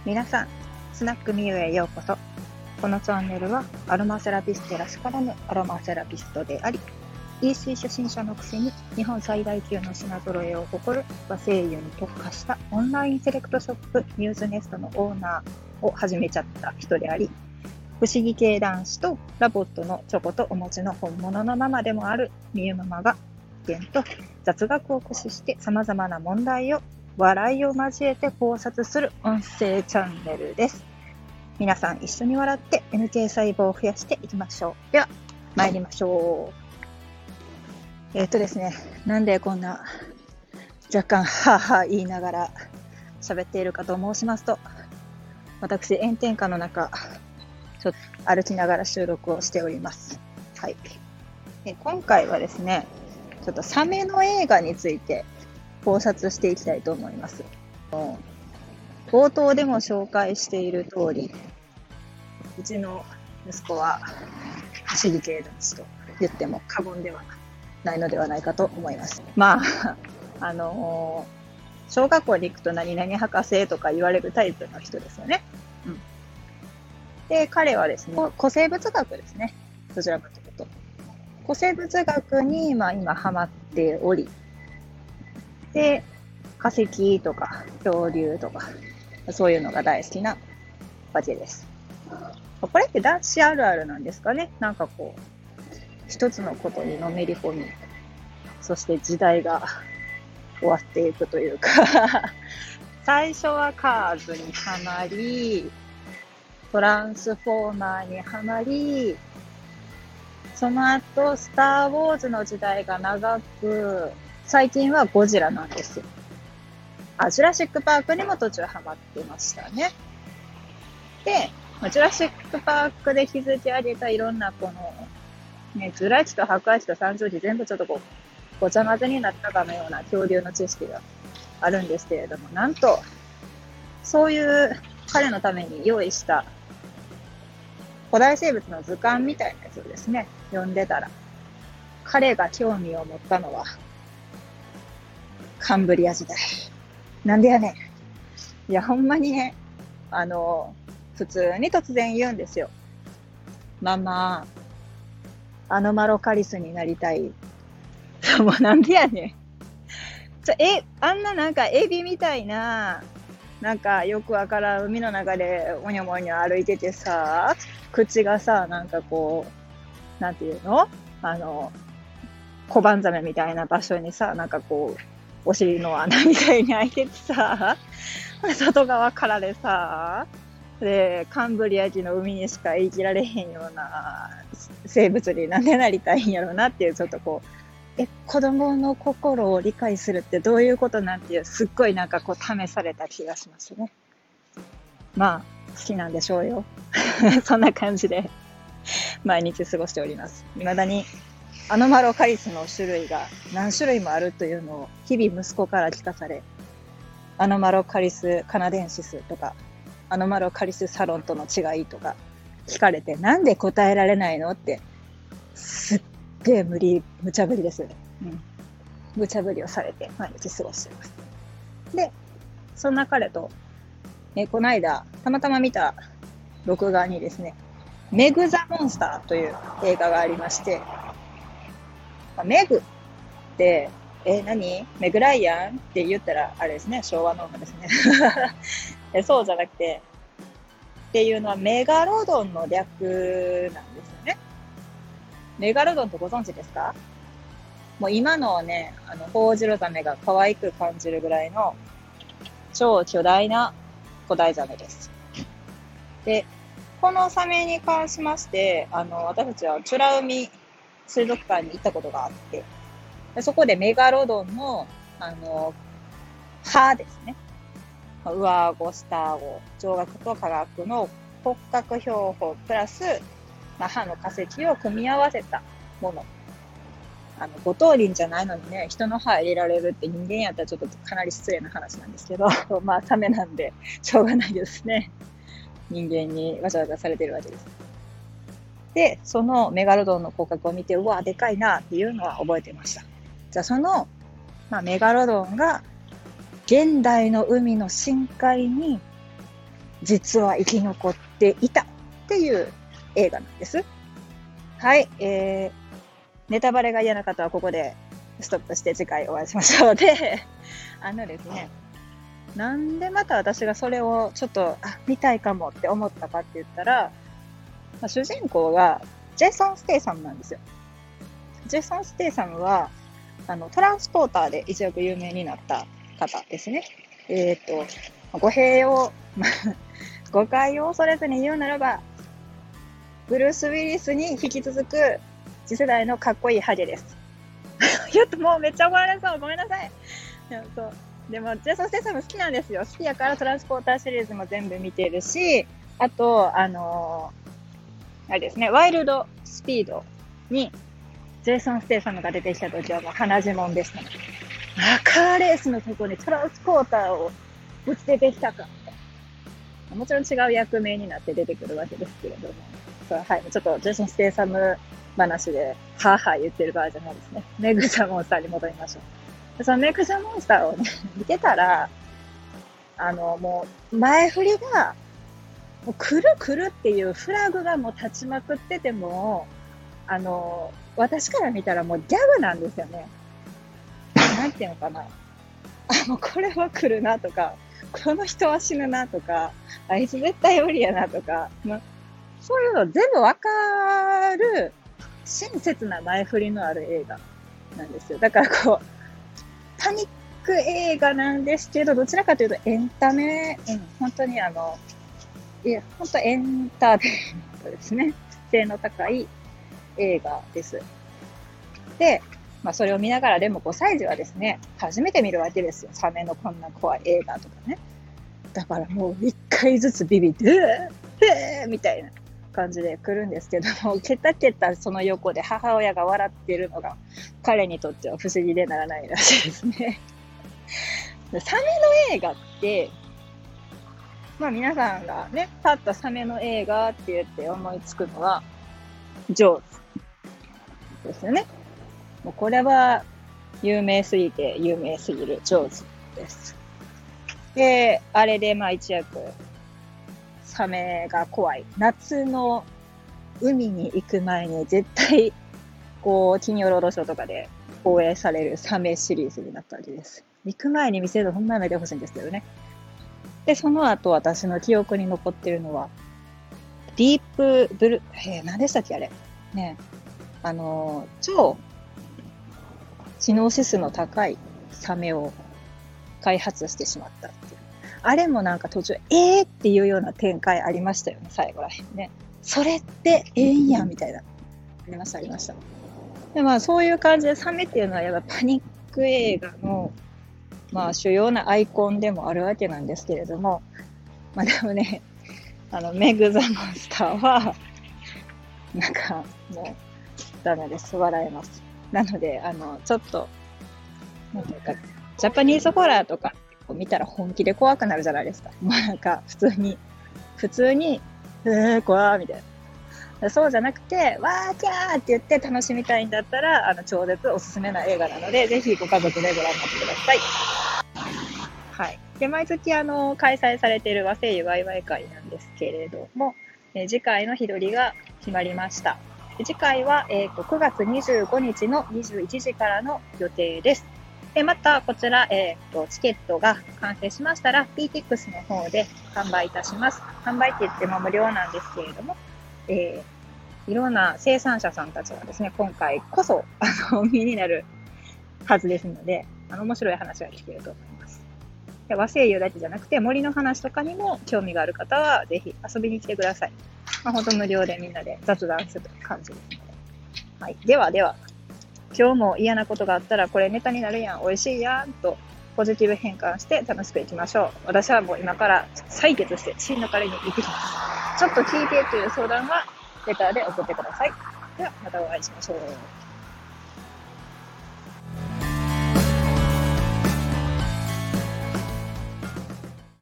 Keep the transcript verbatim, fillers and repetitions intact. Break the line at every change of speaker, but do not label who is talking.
皆さん、スナックミユへようこそ。このチャンネルはアロマセラピストらしからぬアロマセラピストであり、イーシー 初心者のくせに日本最大級の品揃えを誇る和精油に特化したオンラインセレクトショップミューズネストのオーナーを始めちゃった人であり、不思議系男子とラボットのチョコとお餅の本物のママでもあるミユママが意見と雑学を駆使して様々な問題を笑いを交えて考察する音声チャンネルです。皆さん一緒に笑って エヌケー 細胞を増やしていきましょう。では参りましょう。えっとですね、なんでこんな若干はぁはぁ言いながら喋っているかと申しますと、私炎天下の中ちょっと歩きながら収録をしております。はい。で今回はですね、ちょっとサメの映画について考察していきたいと思います。冒頭でも紹介している通り、うちの息子は不思議系男子と言っても過言ではないのではないかと思います。まあ、あのー、小学校に行くと何々博士とか言われるタイプの人ですよね。うん、で、彼はですね、古生物学ですね。どちらかというと。古生物学に、まあ、今ハマっており、で、化石とか恐竜とかそういうのが大好きなわけです。これって男子あるあるなんですかね。なんかこう一つのことにのめり込み、そして時代が終わっていくというか最初はカーズにはまり、トランスフォーマーにはまり、その後スター・ウォーズの時代が長く、最近はゴジラなんですよ。あ、ジュラシックパークにも途中ハマってましたね。で、ジュラシックパークで築き上げたいろんなこの、ね、ジュラ紀と白亜紀と三畳紀全部ちょっとこう、ごちゃ混ぜになったかのような恐竜の知識があるんですけれども、なんと、そういう彼のために用意した古代生物の図鑑みたいなやつをですね、読んでたら、彼が興味を持ったのは、カンブリア時代。なんでやねん。いや、ほんまにね、あの、普通に突然言うんですよ。ママ、アノマロカリスになりたい。もうなんでやねん。ちょ、え、あんななんかエビみたいな、なんかよくわからん海の中でおにょもにょ歩いててさ、口がさ、なんかこう、なんていうのあの、小判ザメみたいな場所にさ、なんかこう、お尻の穴みたいに開いててさ、外側からでさ、で、カンブリア紀の海にしか生きられへんような生物になんでなりたいんやろうなっていう、ちょっとこう、え、子供の心を理解するってどういうことなんていう、すっごいなんかこう試された気がしますね。まあ、好きなんでしょうよ。そんな感じで毎日過ごしております。未だにアノマロカリスの種類が何種類もあるというのを日々息子から聞かされ、アノマロカリスカナデンシスとか、アノマロカリスサロンとの違いとか聞かれて、なんで答えられないのって、すっげえ無理、無茶ぶりです。うん。無茶ぶりをされて毎日過ごしています。で、そんな彼と、ね、この間、たまたま見た録画にですね、メグ・ザ・モンスターという映画がありまして、メグって、え、何メグライアンって言ったら、あれですね、昭和の女ですね。そうじゃなくて、っていうのはメガロドンの略なんですよね。メガロドンってご存知ですか？もう今のね、あの、ホウジロザメが可愛く感じるぐらいの超巨大な古代ザメです。で、このサメに関しまして、あの、私たちは美ら海水族館に行ったことがあって、でそこでメガロドンの、あの、歯ですね。上顎、下顎、上顎と下顎の骨格標本プラス、まあ、歯の化石を組み合わせたもの。あの、五頭輪じゃないのにね、人の歯入れられるって人間やったらちょっとかなり失礼な話なんですけど、まあ、サメなんでしょうがないですね。人間にわざわざされてるわけです。で、そのメガロドンの骨格を見て、うわ、でかいなっていうのは覚えてました。じゃあその、まあ、メガロドンが現代の海の深海に実は生き残っていたっていう映画なんです。はい、えー、ネタバレが嫌な方はここでストップして次回お会いしましょう。で、あのですね、なんでまた私がそれをちょっと、あ、見たいかもって思ったかって言ったら、まあ、主人公がジェイソン・ステイサムなんですよ。ジェイソン・ステイサムは、あの、トランスポーターで一躍有名になった方ですね。えっ、ー、と、語弊を、誤解を恐れずに言うならば、ブルース・ウィリスに引き続く次世代のかっこいいハゲです。ちょっともうめっちゃ怒られそう。ごめんなさい。でもそう。でも、ジェイソン・ステイサム好きなんですよ。好きやからトランスポーターシリーズも全部見てるし、あと、あのー、あれですね、ワイルド・スピードにジェイソン・ステイサムが出てきた時はもう鼻血もんでしたね。あ、カーレースのとこにトランスポーターをぶつけてきたか。もちろん違う役名になって出てくるわけですけれども。そうはい、ちょっとジェイソン・ステイサム話で、はぁはぁ言ってる場合じゃないですね。メグ・ザ・モンスターに戻りましょう。そのメグ・ザ・モンスターをね、見てたら、あの、もう、前振りが、もう来る来るっていうフラグがもう立ちまくってても、あの、私から見たらもうギャグなんですよね。なんていうのかな。あ、もうこれは来るなとか、この人は死ぬなとか、あいつ絶対無理やなとか、ま、そういうの全部わかる、親切な前振りのある映画なんですよ。だからこう、パニック映画なんですけど、どちらかというとエンタメ、うん、本当にあの、いや、本当エンターテインメントですね。性の高い映画です。で、まあそれを見ながらでもごさい児はですね、初めて見るわけですよ。サメのこんな怖い映画とかね。だからもう一回ずつビビって、えーみたいな感じで来るんですけども、ケタケタその横で母親が笑ってるのが彼にとっては不思議でならないらしいですね。サメの映画って、まあ皆さんがね、パッとサメの映画って言って思いつくのは、ジョーズですよね。もうこれは有名すぎて有名すぎるジョーズです。で、あれでまあ一躍サメが怖い。夏の海に行く前に絶対こう金曜ロードショーとかで放映されるサメシリーズになったわけです。行く前に見せるとほんまやめてほしいんですけどね。で、その後私の記憶に残ってるのは、ディープブル、えー、何でしたっけあれ。ね。あの、超知能指数の高いサメを開発してしまったっていう。あれもなんか途中、えーっていうような展開ありましたよね、最後らへんね。それってええんや、みたいな。ありました、ありました。で、まあそういう感じでサメっていうのはやっぱパニック映画の、まあ主要なアイコンでもあるわけなんですけれども、まあでもね、あの、メグ・ザ・モンスターは、なんかもうダメです、笑えます。なので、あの、ちょっと、なんていうか、ジャパニーズホラーとか見たら本気で怖くなるじゃないですか。もうなんか、普通に、普通に、えー、怖ーみたいな。そうじゃなくて、わーキャーって言って楽しみたいんだったら、あの、超絶おすすめな映画なので、ぜひご家族でご覧になってください。はい。で、毎月、あの、開催されている和声優ワイワイ会なんですけれども、えー、次回の日取りが決まりました。次回は、えーと、くがつにじゅうごにちのにじゅういちじからの予定です。で、また、こちら、えーと、チケットが完成しましたら、ピーティックス の方で販売いたします。販売って言っても無料なんですけれども、えー、いろんな生産者さんたちがですね、今回こそ、あの、身になるはずですので、あの、面白い話が聞けると思います。で、和声優だけじゃなくて、森の話とかにも興味がある方は、ぜひ遊びに来てください。まあ、ほんと無料でみんなで雑談する感じですので。はい。ではでは、今日も嫌なことがあったらこれネタになるやん、美味しいやんとポジティブ変換して楽しくいきましょう。私はもう今から採血して真の彼に行ってきます。ちょっと聞いてという相談はレターで送ってください。ではまたお会いしましょう。